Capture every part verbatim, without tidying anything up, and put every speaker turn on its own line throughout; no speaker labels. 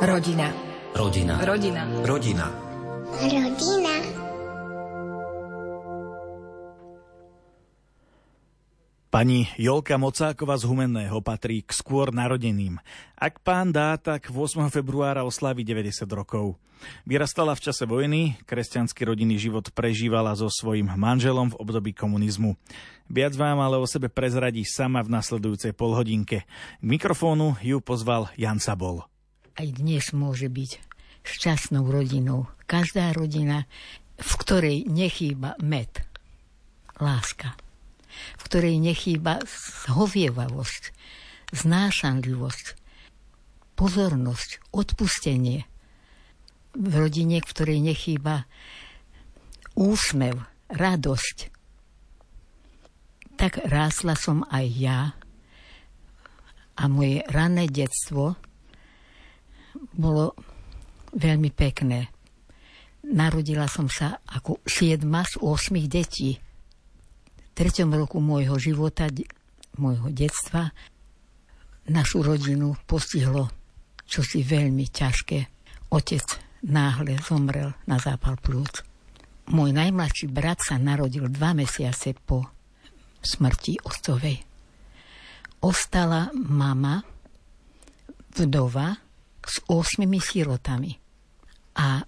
Rodina.
Rodina.
Rodina.
Rodina.
Rodina.
Pani Jolka Mocáková z Humenného patrí k skôr narodeným. Ak pán dá, tak ôsmeho februára oslávi deväťdesiat rokov. Vyrastala v čase vojny, kresťanský rodinný život prežívala so svojím manželom v období komunizmu. Viac vám ale o sebe prezradí sama v nasledujúcej polhodinke. K mikrofónu ju pozval Jan Sabol.
Aj dnes môže byť šťastnou rodinou. Každá rodina, v ktorej nechýba med, láska, v ktorej nechýba zhovievavosť, znášanlivosť, pozornosť, odpustenie. V rodine, v ktorej nechýba úsmev, radosť. Tak rásla som aj ja a moje rané detstvo bolo veľmi pekné. Narodila som sa ako siedma z ôsmich detí. V treťom roku môjho života, môjho detstva, našu rodinu postihlo čosi veľmi ťažké. Otec náhle zomrel na zápal plúc. Môj najmladší brat sa narodil dva mesiace po smrti otcovej. Ostala mama, vdova, s ôsmimi sirotami. A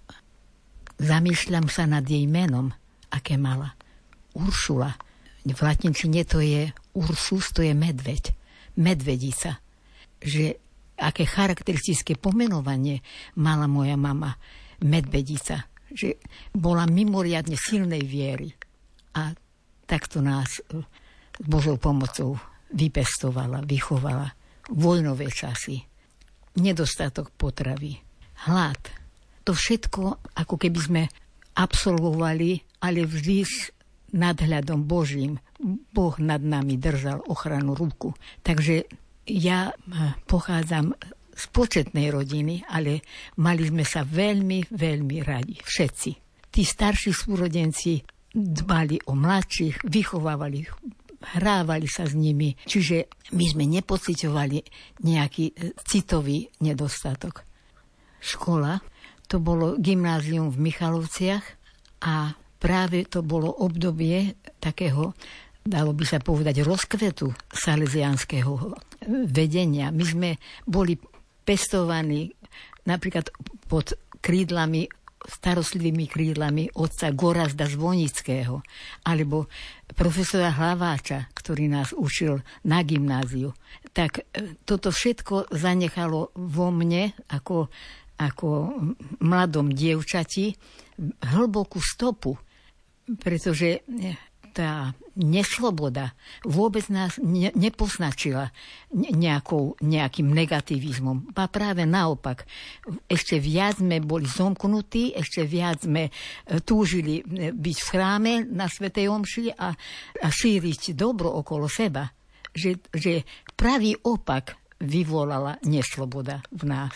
zamýšľam sa nad jej menom, aké mala. Uršula. V latinčine to je Ursus, to je medveď. Medvedica. Že aké charakteristické pomenovanie mala moja mama. Medvedica. Že bola mimoriadne silnej viery. A takto nás s Božou pomocou vypestovala, vychovala. Vojnové časy. Nedostatok potravy. Hlad. To všetko, ako keby sme absolvovali, ale vždy s nadhľadom Božím. Boh nad nami držal ochranu ruku. Takže ja pochádzam z početnej rodiny, ale mali sme sa veľmi, veľmi radi. Všetci. Tí starší súrodenci dbali o mladších, vychovávali ich, hrávali sa s nimi. Čiže my sme nepociťovali nejaký citový nedostatok. Škola, to bolo gymnázium v Michalovciach a práve to bolo obdobie takého, dalo by sa povedať, rozkvetu salesiánskeho vedenia. My sme boli pestovaní napríklad pod krídlami, starostlivými krídlami otca Gorazda Zvonického alebo profesora Hlaváča, ktorý nás učil na gymnáziu. Tak toto všetko zanechalo vo mne ako, ako mladom dievčati hlbokú stopu, pretože tá nesloboda vôbec nás ne, nepoznačila nejakou, nejakým negativizmom. A práve naopak, ešte viac sme boli zomknutí, ešte viac sme túžili byť v chráme na svätej omši a, a šíriť dobro okolo seba. Že, že pravý opak vyvolala nesloboda v nás.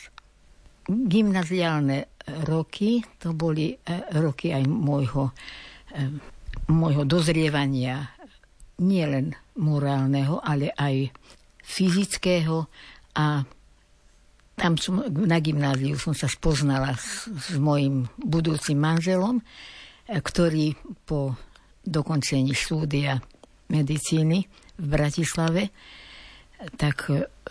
Gymnaziálne roky, to boli roky aj môjho môjho dozrievania nielen morálneho, ale aj fyzického a tam som, na gymnáziu som sa spoznala s, s mojim budúcim manželom, ktorý po dokončení štúdia medicíny v Bratislave, tak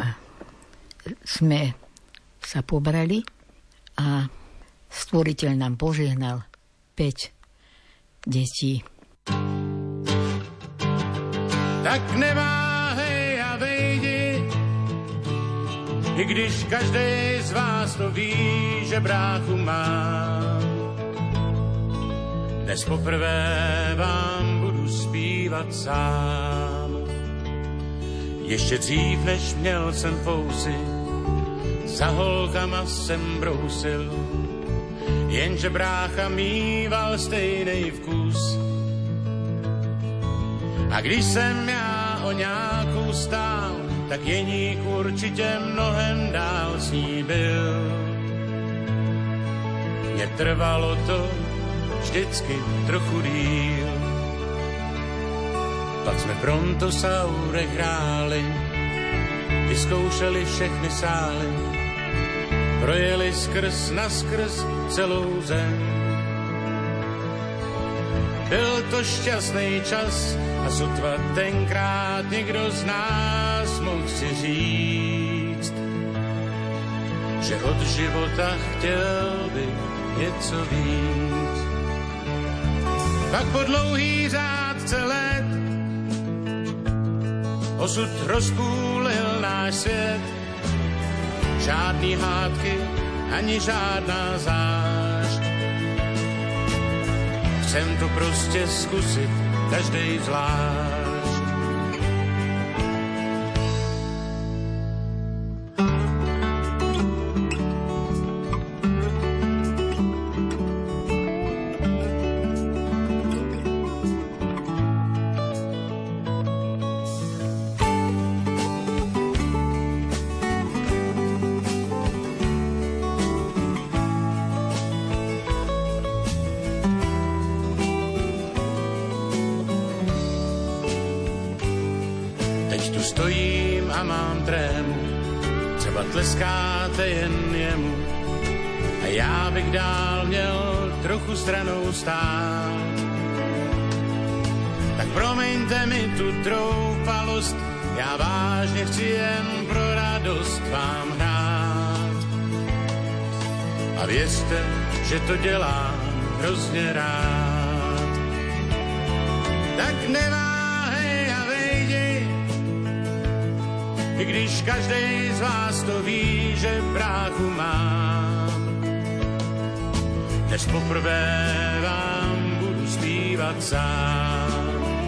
sme sa pobrali a Stvoriteľ nám požehnal päť detí.
Tak neváhej a vejdi, i když každý z vás to ví, že bráchu mám. Dnes poprvé vám budu zpívat sám. Ještě dřív, než měl jsem fousy, za holkama jsem brousil, jenže brácha mýval stejnej vkus. A když jsem já o nějakou stál, tak jeník určitě mnohem dál s ní byl. Mně trvalo to vždycky trochu díl. Pak jsme Brontosaure hráli, vyzkoušeli všechny sály. projeli skrz naskrz celou zem. Byl to šťastný čas a sotva tenkrát někdo z nás mohl si říct, že od života chtěl by něco víc. Pak po dlouhý řádce let osud rozpůlil náš svět. Žádný hádky ani žádná zášť. Chcem to prostě zkusit, každej zvlášť. Stojím a mám trému, třeba tleskáte jen jemu a já bych dál měl trochu stranou stát. Tak promiňte mi tu troufalost, já vážně chci jen pro radost vám hrát. A věřte, že to dělám hrozně rád. Tak neváhej a vejdi, i když každej z vás to ví, že bráchu mám. Dnes poprvé vám budu zpívat sám.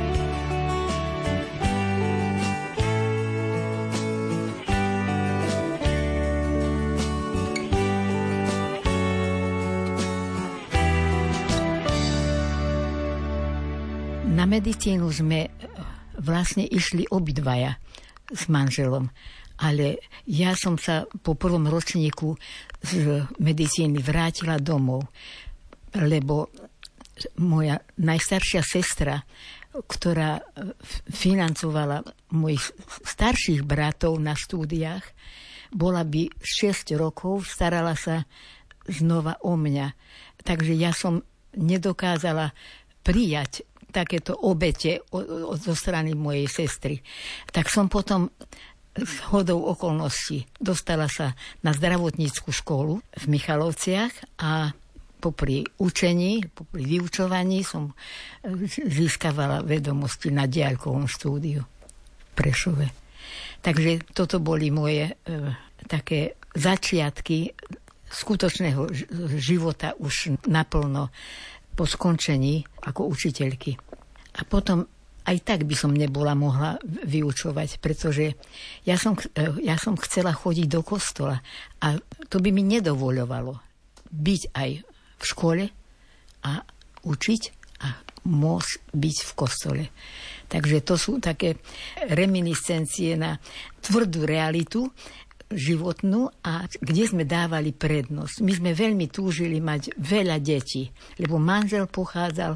Na medicínu sme vlastne išli obidvaja s manželom, ale ja som sa po prvom ročníku z medicíny vrátila domov, lebo moja najstaršia sestra, ktorá financovala mojich starších bratov na štúdiách, bola by šesť rokov, starala sa znova o mňa. Takže ja som nedokázala prijať takéto obete zo strany mojej sestry. Tak som potom s hodou okolností dostala sa na zdravotnícku školu v Michalovciach a popri učení, popri vyučovaní som získavala vedomosti na diaľkovom štúdiu v Prešove. Takže toto boli moje e, také začiatky skutočného života už naplno po skončení ako učiteľky. A potom aj tak by som nebola mohla vyučovať, pretože ja som, ja som chcela chodiť do kostola a to by mi nedovoľovalo byť aj v škole a učiť a môcť byť v kostole. Takže to sú také reminiscencie na tvrdú realitu životnú a kde sme dávali prednosť. My sme veľmi túžili mať veľa detí, lebo manžel pochádzal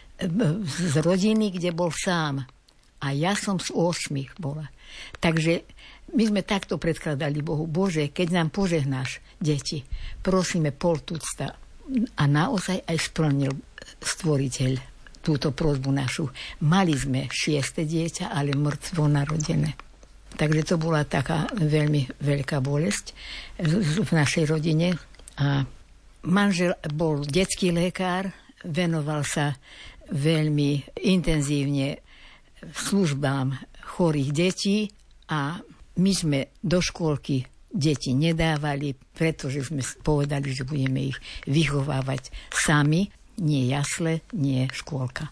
z rodiny, kde bol sám. A ja som z osmých bola. Takže my sme takto predkladali Bohu: Bože, keď nám požehnáš deti, prosíme pol tucta. A naozaj aj splnil Stvoriteľ túto prosbu našu. Mali sme šieste dieťa, ale mŕtvo narodené. Takže to bola taká veľmi veľká bolesť v našej rodine. A manžel bol detský lekár, venoval sa veľmi intenzívne službám chorých detí a my sme do škôlky deti nedávali, pretože sme povedali, že budeme ich vychovávať sami, nie jasle, nie škôlka.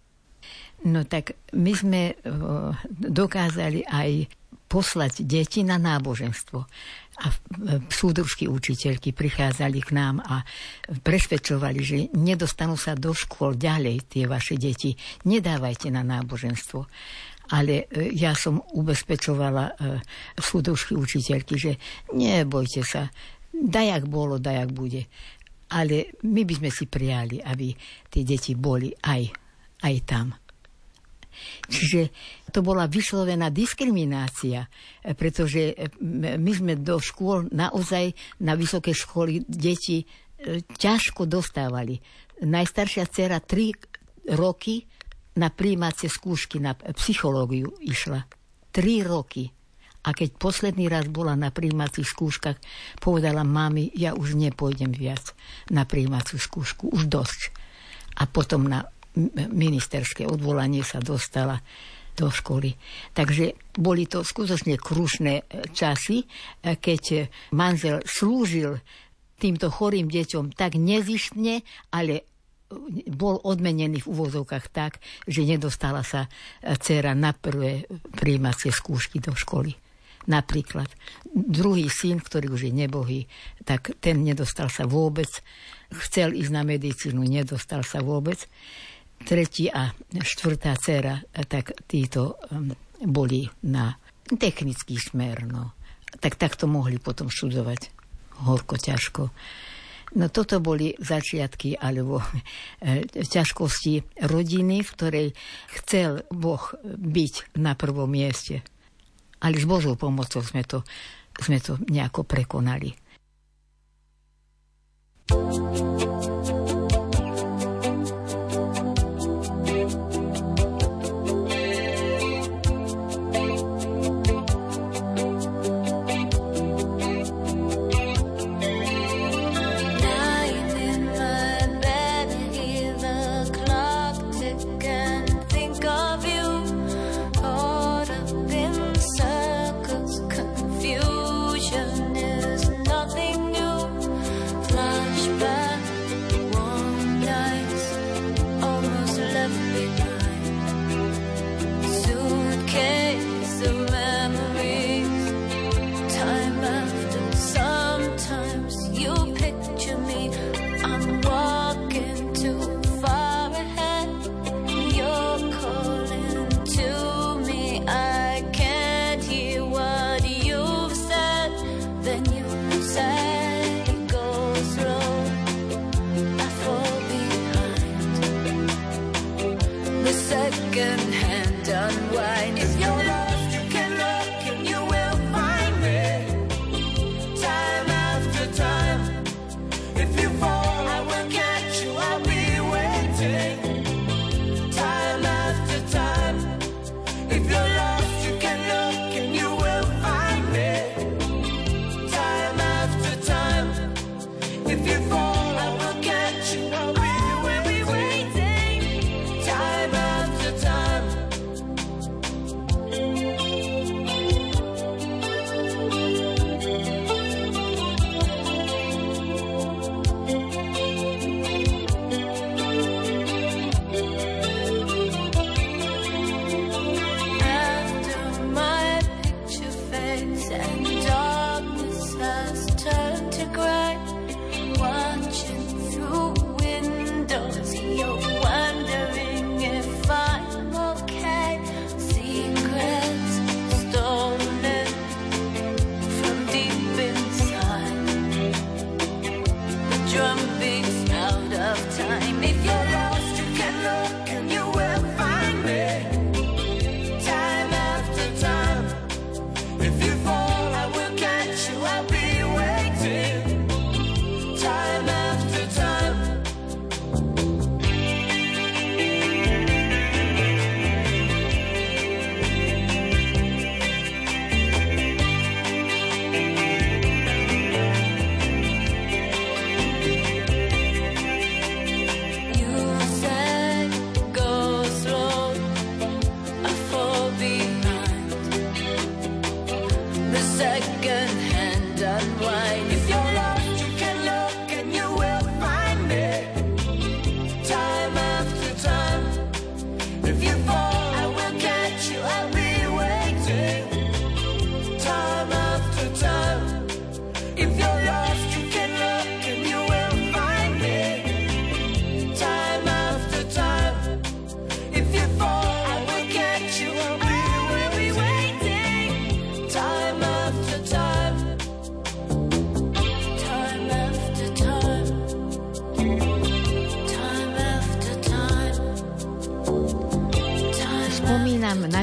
No tak my sme dokázali aj poslať deti na náboženstvo. A súdružky učiteľky prichádzali k nám a presvedčovali, že nedostanú sa do škôl ďalej tie vaše deti. Nedávajte na náboženstvo. Ale ja som ubezpečovala súdružky učiteľky, že nebojte sa, dajak bolo, dajak bude. Ale my by sme si prijali, aby tie deti boli aj, aj tam. Čiže to bola vyslovená diskriminácia, pretože my sme do škôl naozaj, na vysoké školy deti ťažko dostávali. Najstaršia dcera tri roky na prijímacie skúšky, na psychológiu išla. Tri roky. A keď posledný raz bola na prijímacích skúškach, povedala, mami, ja už nepôjdem viac na prijímaciu skúšku, už dosť. A potom na ministerské odvolanie sa dostala do školy. Takže boli to skutočne krušné časy, keď manžel slúžil týmto chorým deťom tak nezištne, ale bol odmenený v úvozovkách tak, že nedostala sa dcera na prvé prijímacie skúšky do školy. Napríklad druhý syn, ktorý už je nebohý, tak ten nedostal sa vôbec. Chcel ísť na medicínu, nedostal sa vôbec. Tretí a štvrtá dcera, tak títo boli na technický smer. No. Tak takto mohli potom študovať. Horko, ťažko. No toto boli začiatky alebo ťažkosti rodiny, v ktorej chcel Boh byť na prvom mieste. Ale s Božou pomocou sme to, sme to nejako prekonali.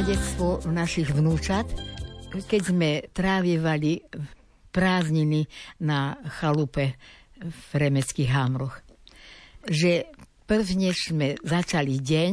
detstvo našich vnúčat, keď sme trávievali prázdniny na chalupe v Remeckých Hámroch. Že prvne sme začali deň,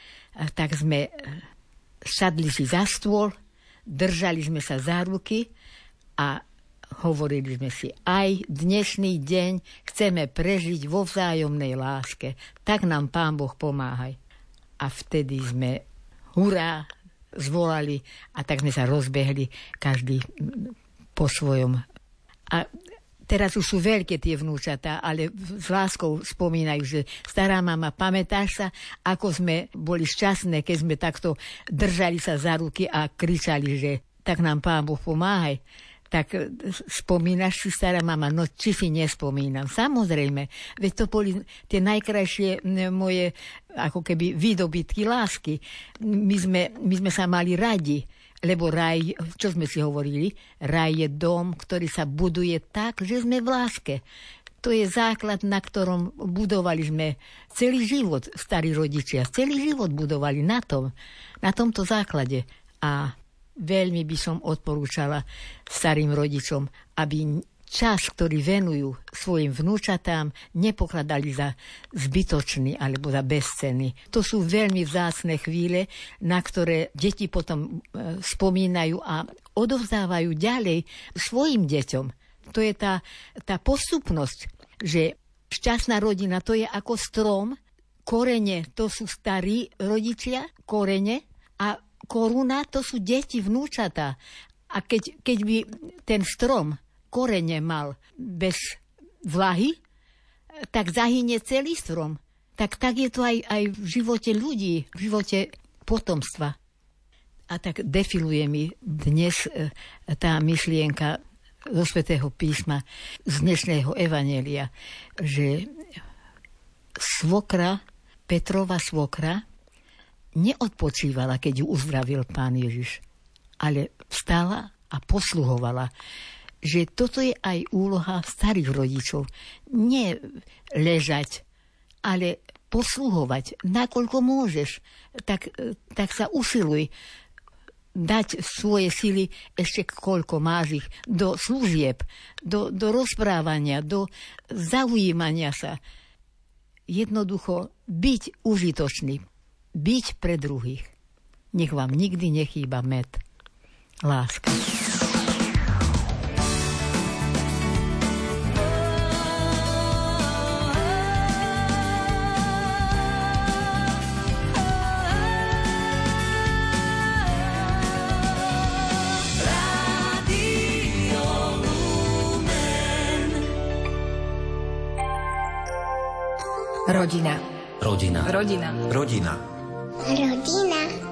tak sme sadli si za stôl, držali sme sa za ruky a hovorili sme si, aj dnešný deň chceme prežiť vo vzájomnej láske. Tak nám Pán Boh pomáhaj. A vtedy sme hurá zvolali a tak sme sa rozbehli každý po svojom. A teraz už sú veľké tie vnúčatá, ale s láskou spomínajú, že stará mama, pamätáš sa, ako sme boli šťastné, keď sme takto držali sa za ruky a kričali, že tak nám Pán Boh pomáhaj. Tak spomínaš si, stará mama? No či si nespomínam. Samozrejme, veď to boli tie najkrajšie moje ako keby výdobytky lásky. My sme, my sme sa mali radi, lebo raj, čo sme si hovorili? Raj je dom, ktorý sa buduje tak, že sme v láske. To je základ, na ktorom budovali sme celý život, starí rodičia. Celý život budovali na tom, na tomto základe. A veľmi by som odporúčala starým rodičom, aby čas, ktorý venujú svojim vnúčatám, nepokladali za zbytočný alebo za bezcenný. To sú veľmi vzácne chvíle, na ktoré deti potom e, spomínajú a odovzdávajú ďalej svojim deťom. To je tá, tá postupnosť, že šťastná rodina to je ako strom, korene to sú starí rodičia, korene, a koruna to sú deti, vnúčatá. A keď, keď by ten strom korene mal bez vlahy, tak zahynie celý strom. Tak, tak je to aj, aj v živote ľudí, v živote potomstva. A tak defiluje mi dnes tá myšlienka zo Svätého písma, z dnešného evanjelia, že svokra, Petrova svokra, neodpočívala, keď ju uzdravil Pán Ježiš, ale vstala a posluhovala. Že toto je aj úloha starých rodičov. Nie ležať, ale posluhovať, nakoľko môžeš. Tak, tak sa usiluj dať svoje sily, ešte koľko máš ich, do služieb, do, do rozprávania, do zaujímania sa. Jednoducho byť užitočný, byť pre druhých. Nech vám nikdy nechýba med. Láska.
Rodina.
Rodina.
Rodina.
Rodina.
Rodina.